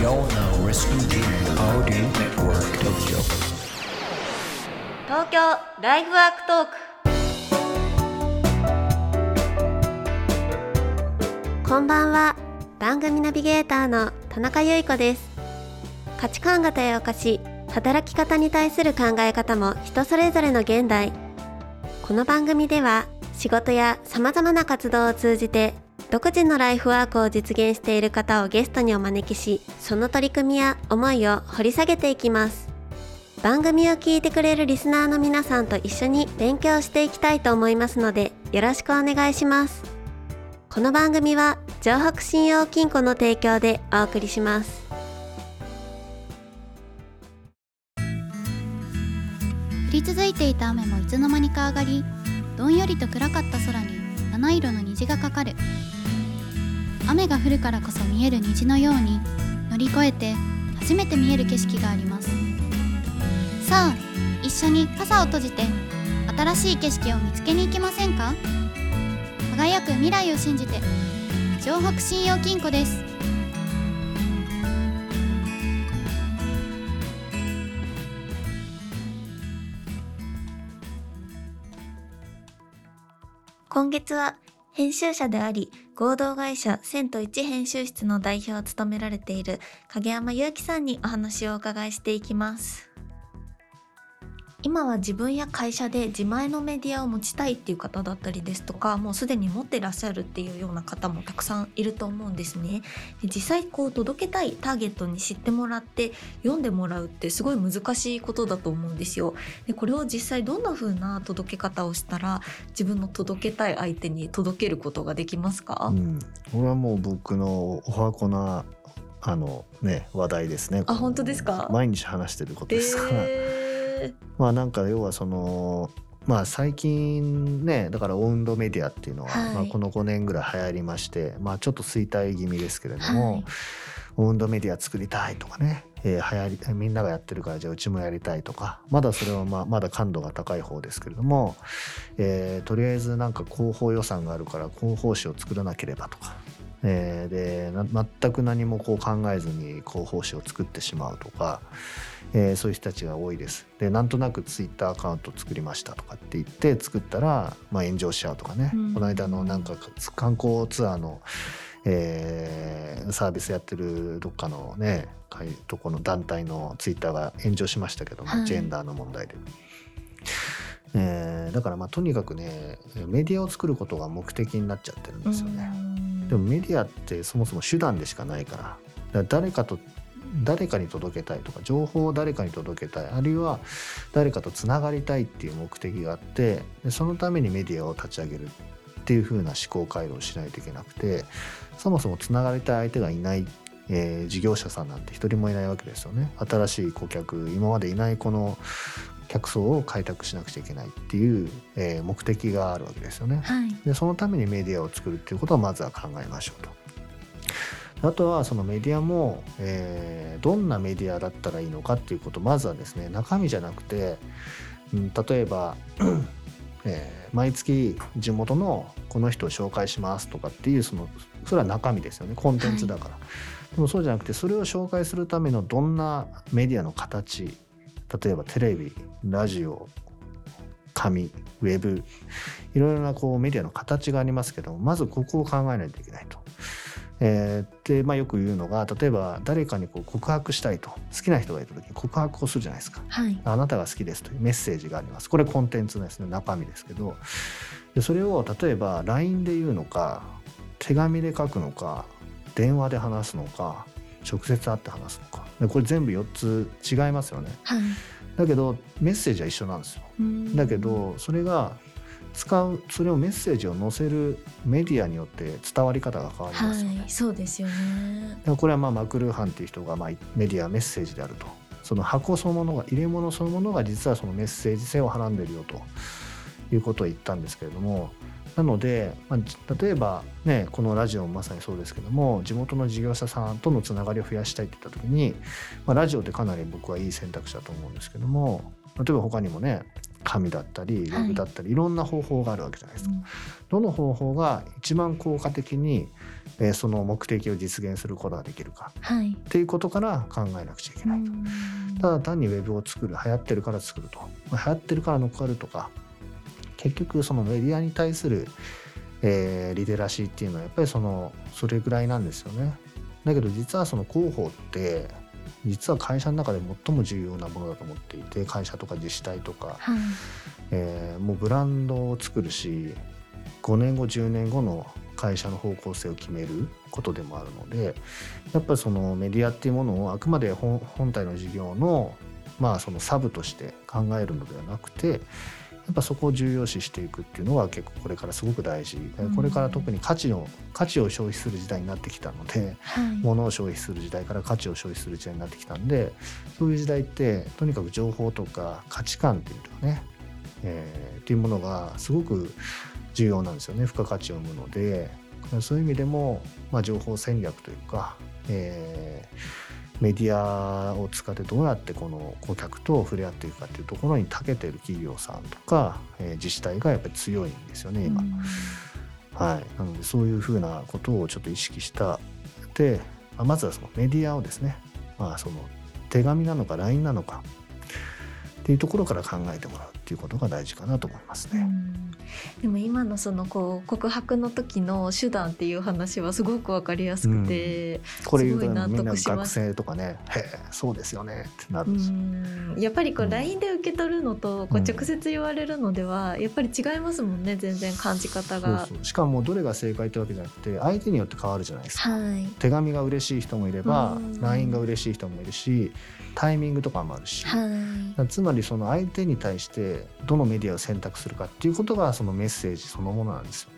You're now listening to Audio Network Tokyo. 東京ライフワークトーク。こんばんは。番組ナビゲーターの田中由衣子です。価値観が多様化し、働き方に対する考え方も人それぞれの現代。この番組では仕事やさまざまな活動を通じて独自のライフワークを実現している方をゲストにお招きし、その取り組みや思いを掘り下げていきます。番組を聞いてくれるリスナーの皆さんと一緒に勉強していきたいと思いますので、よろしくお願いします。この番組は城北信用金庫の提供でお送りします。 降り続いていた雨もいつの間にか上がり、どんよりと暗かった空に七色の虹がかかる。雨が降るからこそ見える虹のように、乗り越えて初めて見える景色があります。さあ、一緒に傘を閉じて新しい景色を見つけに行きませんか？輝く未来を信じて、城北信用金庫です。 今月は編集者であり合同会社千と一編集室の代表を務められている影山祐希さんにお話をお伺いしていきます。今は自分や会社で自前のメディアを持ちたいっていう方だったりですとか、もうすでに持ってらっしゃるっていうような方もたくさんいると思うんですね。で、実際届けたいターゲットに知ってもらって読んでもらうってすごい難しいことだと思うんですよ。で、これを実際どんな風な届け方をしたら自分の届けたい相手に届けることができますか？ これはもう僕のおはこな話題ですね。 あ、本当ですか？ 毎日話してることですから、なんか要は最近ね、だからオウンドメディアっていうのは、この5年ぐらい流行りまして、ちょっと衰退気味ですけれども、オウンドメディア作りたいとかね、みんながやってるからじゃあうちもやりたいとか、まだそれはまだ感度が高い方ですけれども、とりあえずなんか広報予算があるから広報誌を作らなければとか、で全く何も考えずに広報誌を作ってしまうとか、そういう人たちが多いです。で、なんとなくツイッターアカウント作りましたとかって言って作ったら、炎上しちゃうとかね、この間のなんか観光ツアーの、サービスやってるどっかのねとこの団体のツイッターが炎上しましたけども、ジェンダーの問題で、だからとにかくね、メディアを作ることが目的になっちゃってるんですよね。でもメディアってそもそも手段でしかないから、誰かに届けたいとか、情報を誰かに届けたい、あるいは誰かとつながりたいっていう目的があって、でそのためにメディアを立ち上げるっていう風な思考回路をしないといけなくて、そもそもつながりたい相手がいない、事業者さんなんて一人もいないわけですよね。新しい顧客、今までいないこの客層を開拓しなくちゃいけないっていう、目的があるわけですよね。でそのためにメディアを作るっていうことをまずは考えましょうと。あとはそのメディアも、どんなメディアだったらいいのかっていうこと、まずはですね、中身じゃなくて、例えば、毎月地元のこの人を紹介しますとかっていう、それは中身ですよね、コンテンツだから、でもそうじゃなくて、それを紹介するためのどんなメディアの形、例えばテレビ、ラジオ、紙、ウェブ、いろいろなメディアの形がありますけども、まずここを考えないといけないと。でよく言うのが、例えば誰かに告白したいと、好きな人がいた時に告白をするじゃないですか、あなたが好きですというメッセージがあります。これコンテンツですね、中身ですけど、でそれを例えば LINE で言うのか、手紙で書くのか、電話で話すのか、直接会って話すのか、でこれ全部4つ違いますよね、だけどメッセージは一緒なんですよ。だけどそれをメッセージを載せるメディアによって伝わり方が変わりますよね。 そうですよね。 だからこれはマクルーハンっていう人がメディアメッセージであると、その箱そのものが、入れ物そのものが実はそのメッセージ性をはらんでるよということを言ったんですけれども、なので、例えばね、このラジオもまさにそうですけども、地元の事業者さんとのつながりを増やしたいって言った時に、ラジオってかなり僕はいい選択肢だと思うんですけども、例えば他にもね、 紙だったりウェブだったり、いろんな方法があるわけじゃないですか。どの方法が一番効果的に、その目的を実現することができるかっていうことから考えなくちゃいけないと。ただ単にウェブを作る、流行ってるから作ると、流行ってるから乗っかるとか、結局そのメディアに対する、リテラシーっていうのはやっぱりそれぐらいなんですよね。だけど実はその広報って実は会社の中で最も重要なものだと思っていて、会社とか自治体とか、もうブランドを作るし、5年後10年後の会社の方向性を決めることでもあるので、やっぱりそのメディアっていうものをあくまで本体の事業のそのサブとして考えるのではなくて、やっぱそこを重要視していくっていうのは結構これからすごく大事、これから特に価値を消費する時代になってきたので、物を消費する時代から価値を消費する時代になってきたんで、そういう時代ってとにかく情報とか価値観っていうのね、っていうものがすごく重要なんですよね。付加価値を生むので、そういう意味でも、情報戦略というか、メディアを使ってどうやってこの顧客と触れ合っていくかっていうところに長けている企業さんとか、自治体がやっぱり強いんですよね今。なのでそういうふうなことをちょっと意識したで、まずはそのメディアをですね、その手紙なのか LINE なのかっていうところから考えてもらうっていうことが大事かなと思いますね。 でも今のその告白の時の手段っていう話はすごく分かりやすくて、 これ言うとすごい納みんな得します。 学生とかね、へえそうですよねってなるんですよ。 やっぱりLINE で受け取るのと直接言われるのではやっぱり違いますもんね、全然感じ方が。 そうしかもどれが正解ってわけじゃなくて、相手によって変わるじゃないですか。手紙が嬉しい人もいれば LINE が嬉しい人もいるし、タイミングとかもあるし、つまりその相手に対してどのメディアを選択するかっていうことがそのメッセージそのものなんですよ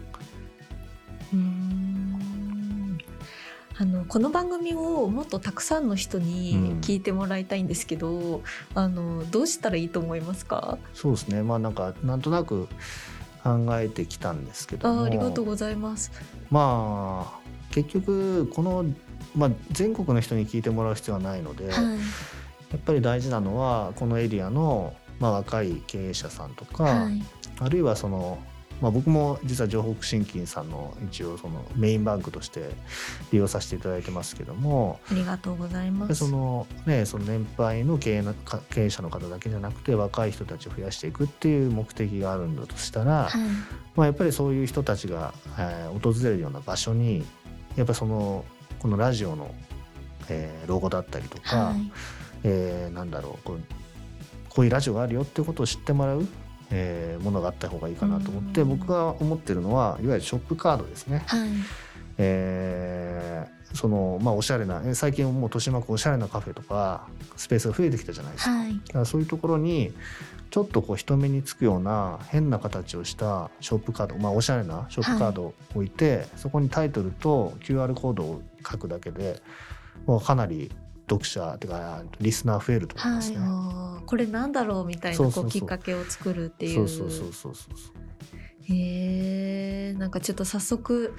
ね。 この番組をもっとたくさんの人に聞いてもらいたいんですけど、どうしたらいいと思いますか？ そうですね、なんとなく考えてきたんですけども、 ありがとうございます。 結局この、全国の人に聞いてもらう必要はないので、やっぱり大事なのはこのエリアの、若い経営者さんとか、あるいはその、僕も実は情報新金さんの一応そのメインバンクとして利用させていただいてますけども、 ありがとうございます。 その年配の経営者の方だけじゃなくて若い人たちを増やしていくっていう目的があるんだとしたら、やっぱりそういう人たちが、訪れるような場所にやっぱりこのラジオの、ロゴだったりとか、こういうラジオがあるよってことを知ってもらう、ものがあった方がいいかなと思って、僕が思ってるのはいわゆるショップカードですね。おしゃれな、最近もう豊島区おしゃれなカフェとかスペースが増えてきたじゃないですか。だからそういうところにちょっと人目につくような変な形をしたショップカード、おしゃれなショップカードを置いて、そこにタイトルと QR コードを書くだけでもうかなり読者というかリスナー増えると思いますね。 これなんだろうみたいなきっかけを作るっていう。なんかちょっと早速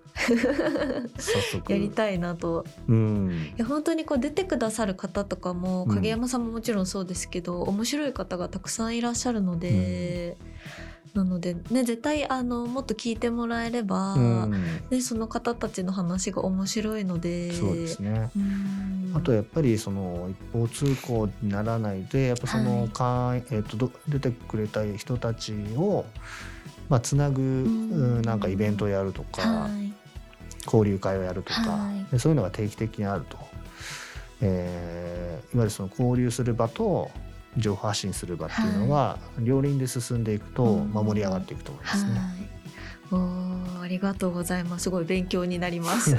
やりたいなと。いや本当に出てくださる方とかも影山さんももちろんそうですけど、面白い方がたくさんいらっしゃるので、なのでね、絶対もっと聞いてもらえれば、その方たちの話が面白いので。そうですね。あとやっぱりその一方通行にならないで、やっぱその出てくれた人たちをつなぐなんかイベントをやるとか、交流会をやるとか、そういうのが定期的にあると、いわゆるその交流する場と情報発信する場っていうのが両輪で進んでいくと、盛り上がっていくと思いますね。ありがとうございます。すごい勉強になります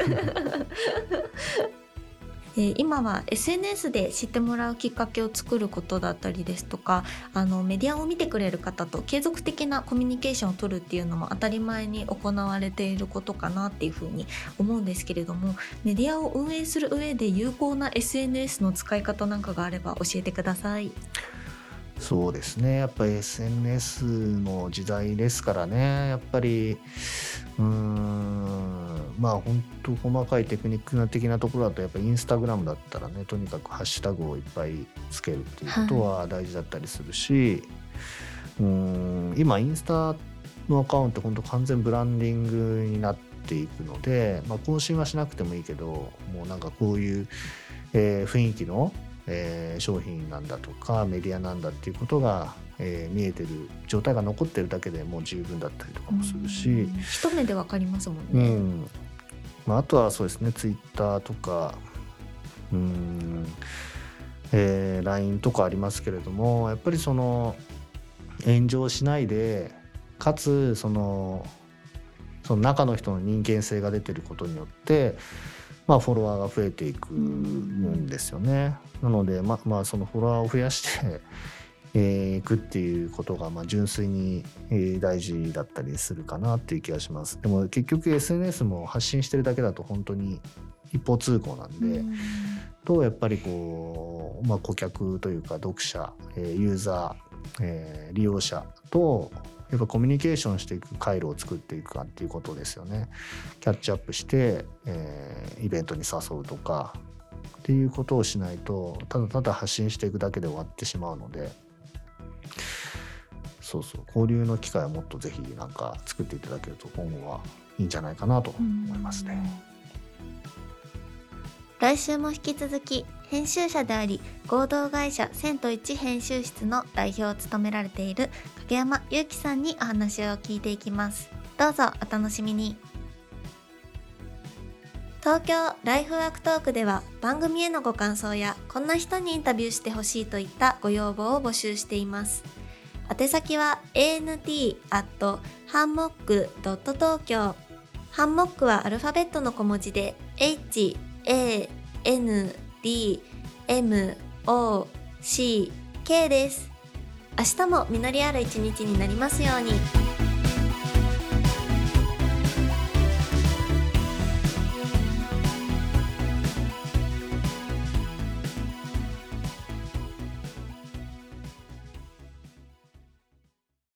今は SNS で知ってもらうきっかけを作ることだったりですとか、メディアを見てくれる方と継続的なコミュニケーションを取るっていうのも当たり前に行われていることかなっていうふうに思うんですけれども、メディアを運営する上で有効な SNS の使い方なんかがあれば教えてください。そうですね、やっぱり SNS の時代ですからね、やっぱり本当細かいテクニック的なところだとやっぱりインスタグラムだったらね、とにかくハッシュタグをいっぱいつけるっていうことは大事だったりするし、 今インスタのアカウント本当完全ブランディングになっていくので、更新はしなくてもいいけど、もうなんかこういう、雰囲気の、商品なんだとかメディアなんだっていうことが、見えてる状態が残ってるだけでもう十分だったりとかもするし、 一目でわかりますもんね。 あとはそうですね、ツイッターとかLINE とかありますけれども、やっぱりその炎上しないで、かつその中の人の人間性が出てることによって、フォロワーが増えていくんですよね。なのでそのフォロワーを増やしていくっていうことが純粋に大事だったりするかなっていう気がします。でも結局 SNS も発信してるだけだと本当に一方通行なんで、やっぱりこう、顧客というか読者、ユーザー、利用者とやっぱコミュニケーションしていく回路を作っていくかっていうことですよね。キャッチアップして、イベントに誘うとかっていうことをしないと、ただただ発信していくだけで終わってしまうので、交流の機会をもっとぜひなんか作っていただけると今後はいいんじゃないかなと思いますね。 来週も引き続き編集者であり合同会社千と一編集室の代表を務められている影山祐希さんにお話を聞いていきます。どうぞお楽しみに。東京ライフワークトークでは番組へのご感想やこんな人にインタビューしてほしいといったご要望を募集しています。宛先は ant@hanmock.tokyo。 ハンモックはアルファベットの小文字で HANDMOCK です。明日も実りある一日になりますように。